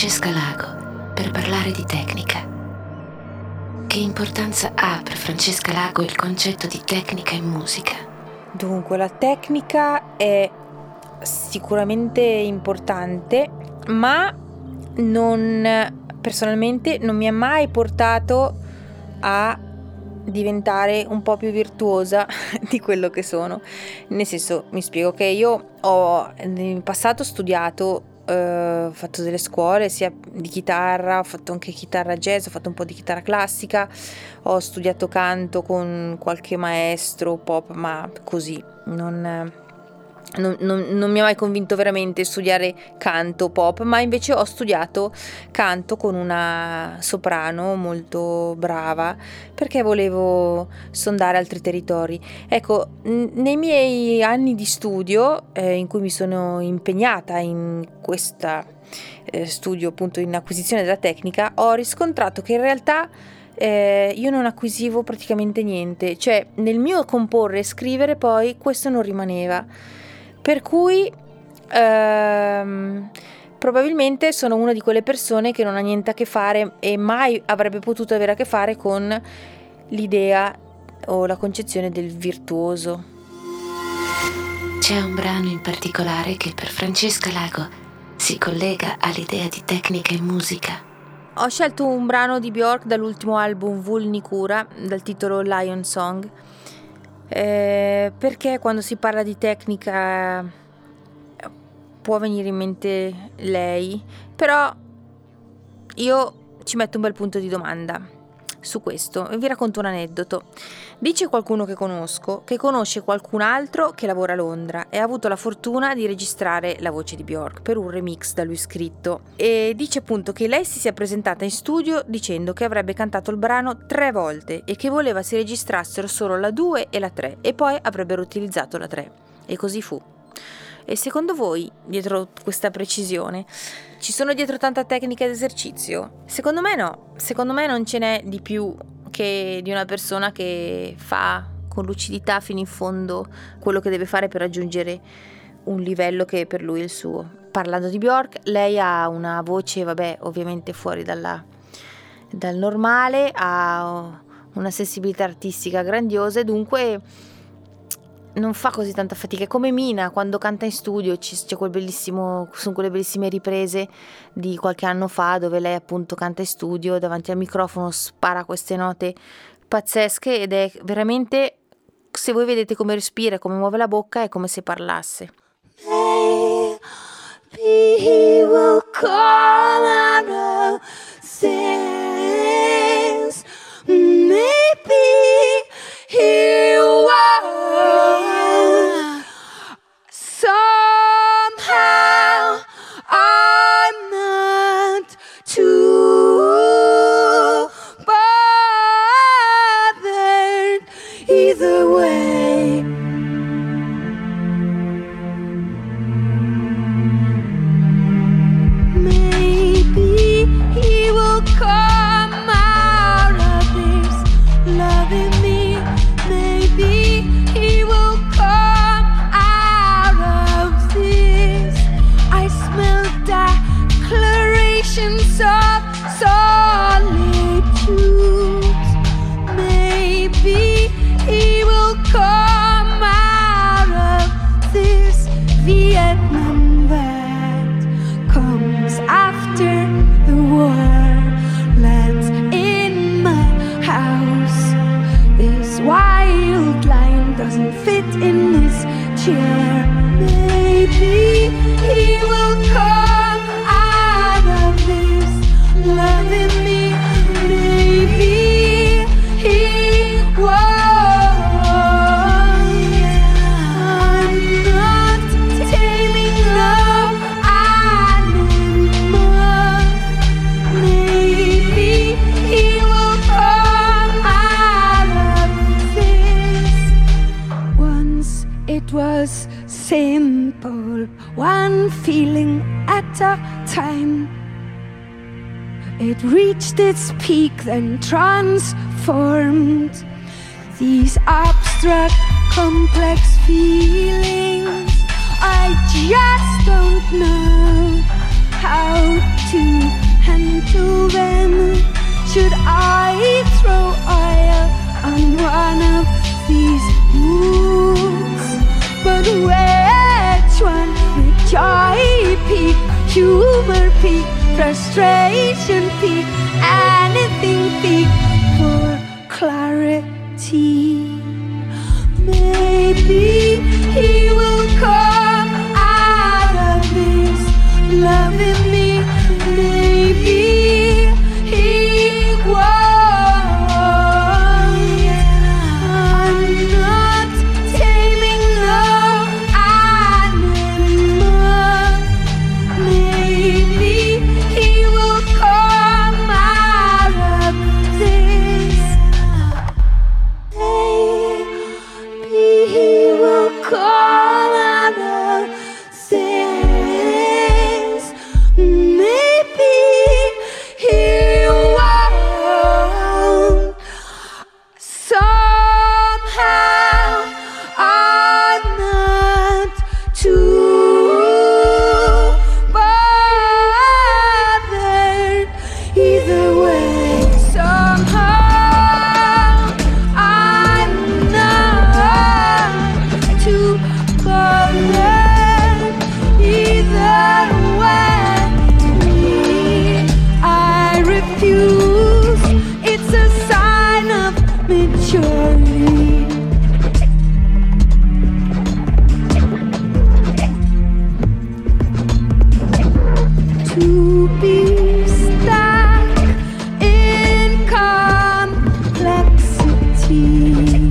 Francesca Lago per parlare di tecnica. Che importanza ha per Francesca Lago il concetto di tecnica in musica? Dunque, la tecnica è sicuramente importante, ma personalmente non mi ha mai portato a diventare un po' più virtuosa di quello che sono. Nel senso, mi spiego, che io ho nel passato studiato, ho fatto delle scuole sia di chitarra, ho fatto anche chitarra jazz, ho fatto un po' di chitarra classica, ho studiato canto con qualche maestro pop, ma così non mi ha mai convinto veramente studiare canto pop, ma invece ho studiato canto con una soprano molto brava perché volevo sondare altri territori. Ecco, nei miei anni di studio in cui mi sono impegnata in questa studio appunto in acquisizione della tecnica, ho riscontrato che in realtà io non acquisivo praticamente niente, cioè nel mio comporre e scrivere poi questo non rimaneva. Per cui probabilmente sono una di quelle persone che non ha niente a che fare e mai avrebbe potuto avere a che fare con l'idea o la concezione del virtuoso. C'è un brano in particolare che per Francesca Lago si collega all'idea di tecnica in musica. Ho scelto un brano di Björk dall'ultimo album Vulnicura, dal titolo Lion Song. Perché quando si parla di tecnica può venire in mente lei, però io ci metto un bel punto di domanda su questo e vi racconto un aneddoto. Dice qualcuno che conosco che conosce qualcun altro che lavora a Londra e ha avuto la fortuna di registrare la voce di Björk per un remix da lui scritto, e dice appunto che lei si sia presentata in studio dicendo che avrebbe cantato il brano 3 volte e che voleva si registrassero solo la 2 e la 3 e poi avrebbero utilizzato la 3, e così fu. E secondo voi, dietro questa precisione, ci sono dietro tanta tecnica ed esercizio? Secondo me no, secondo me non ce n'è di più che di una persona che fa con lucidità fino in fondo quello che deve fare per raggiungere un livello che per lui è il suo. Parlando di Björk, lei ha una voce, ovviamente fuori dal normale, ha una sensibilità artistica grandiosa e dunque non fa così tanta fatica. È come Mina quando canta in studio, c'è sono quelle bellissime riprese di qualche anno fa dove lei appunto canta in studio davanti al microfono, spara queste note pazzesche ed è veramente, se voi vedete come respira, come muove la bocca, è come se parlasse. Maybe he will call out of sins. Maybe he will. Somehow I'm not too bothered either way. Maybe he will come out of this loving me. Maybe he will come out of this. I smell declarations of solitude. Maybe he will come out of this. Vietnam that comes after the war lands in my house. This wild lion doesn't fit in this chair. Maybe he will come out of this loving me. Maybe he won't. I'm not taming no animal. Maybe he will come out of this. Once it was simple, one feeling at a time. It reached its peak, then transformed. These abstract, complex feelings, I just don't know how to handle them? Should I throw oil on one of these wounds? But which one would joy peak, humor peak, frustration peak, anything peak for clarity? Maybe he will come out of this loving me. Maybe he won't. I'm not taming no animal. Maybe he will come out of this. Maybe he will come out of this. Maybe he won't. Somehow I'm not too bothered either way. Somehow I'm not too bothered either way. I refuse. It's a sign of maturity. To be stuck in complexity.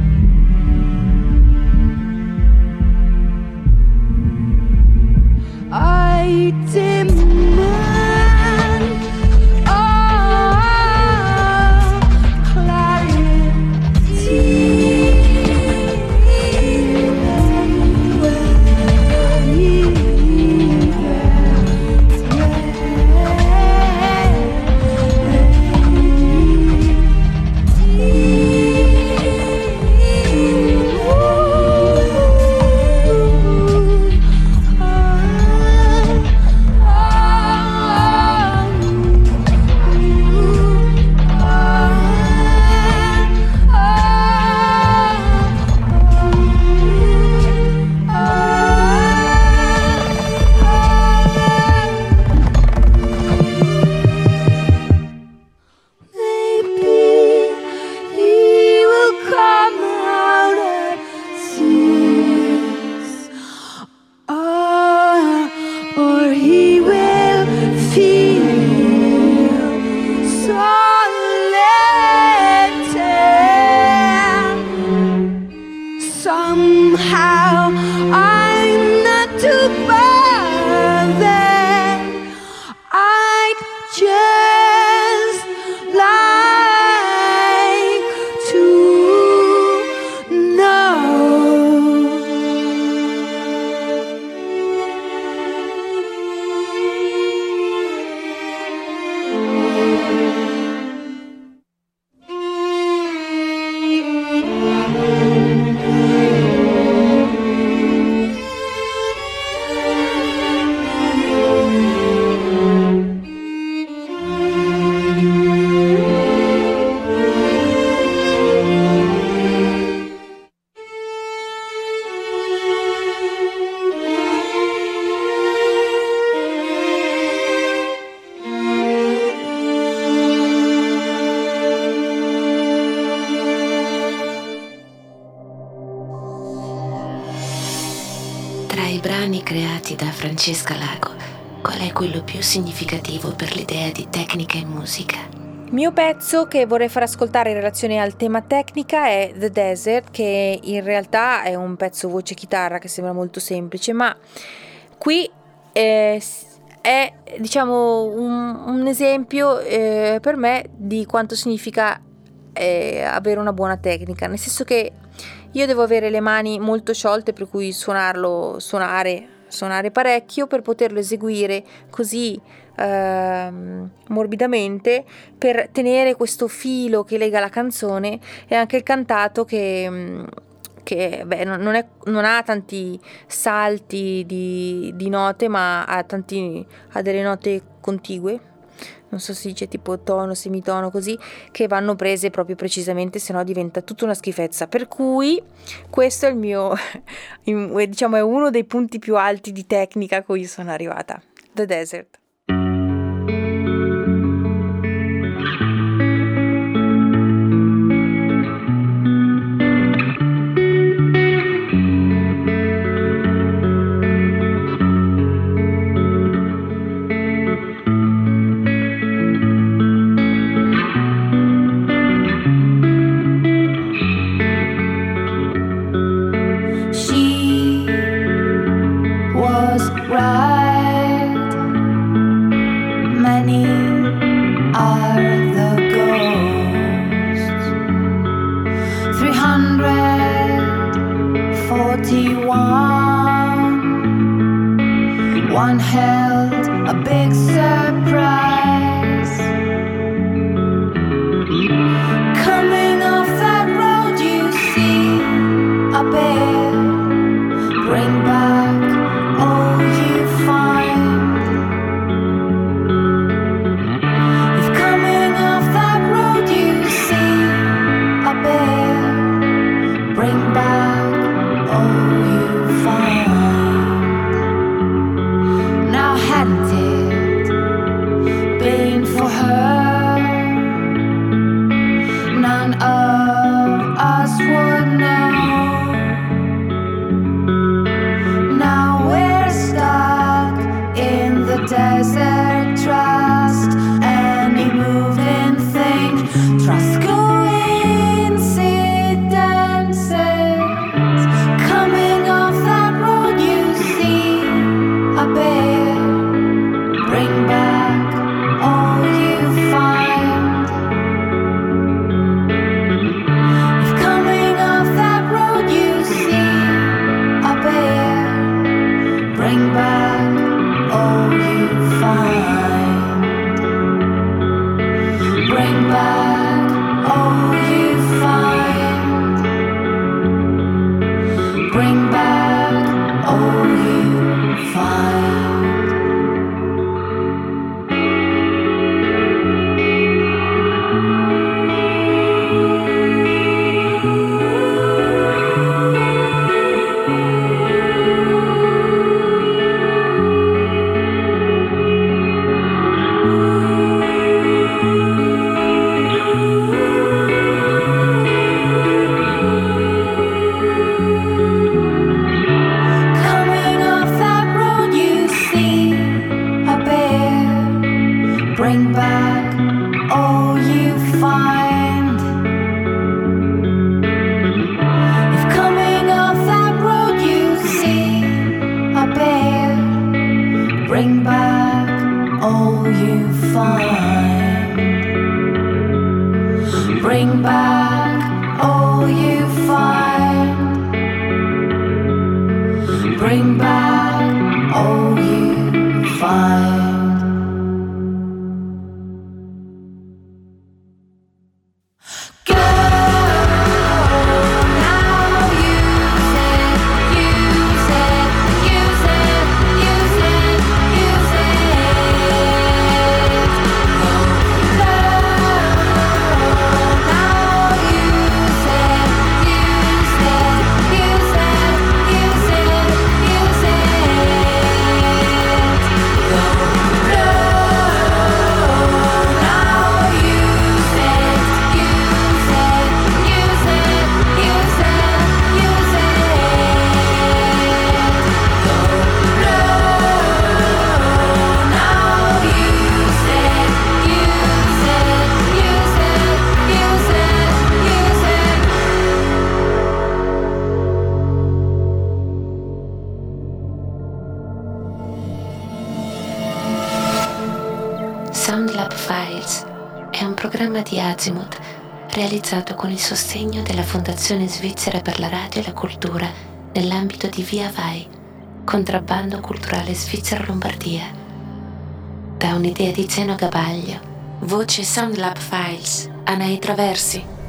I demand brani creati da Francesca Lago, qual è quello più significativo per l'idea di tecnica e musica? Il mio pezzo che vorrei far ascoltare in relazione al tema tecnica è The Desert, che in realtà è un pezzo voce-chitarra che sembra molto semplice, ma qui è diciamo un esempio per me di quanto significa avere una buona tecnica, nel senso che io devo avere le mani molto sciolte, per cui suonare parecchio per poterlo eseguire così morbidamente, per tenere questo filo che lega la canzone e anche il cantato che che non ha tanti salti di note, ma ha delle note contigue, non so se si dice tipo tono, semitono, così, che vanno prese proprio precisamente, se no diventa tutta una schifezza. Per cui questo è il mio diciamo è uno dei punti più alti di tecnica a cui sono arrivata. The Desert. One held a big surprise. Coming off that road you see a bear. Bring back all you find. If coming off that road you see a bear, bring back all you find. Now hadn't it been for her, none of us would know. Now we're stuck in the desert. Trust any moving thing. Trust coincidences. Coming off that road you see a bear. Bring back all you find. If coming off that road you see a bear, bring back all you find. Bring back all you find. Bring back all you find. Coming off that road you see a bear. Bring back all you find. If coming off that road you see a bear, bring back all you find. Bring back all you find. Bring back all you find. Go now, use it, use it, use it, use it, use it. Go now, use it, use it, use it, use it, use it. Go now, use it, use it, use it, use it, use it. Go now, use it, use it, use it, use it, use it. Soundlab Files è un programma di Azimuth realizzato con il sostegno della Fondazione Svizzera per la Radio e la Cultura nell'ambito di Via Vai, contrabbando culturale Svizzera Lombardia. Da un'idea di Zeno Gabaglio, voce Soundlab Files, Anai Traversi.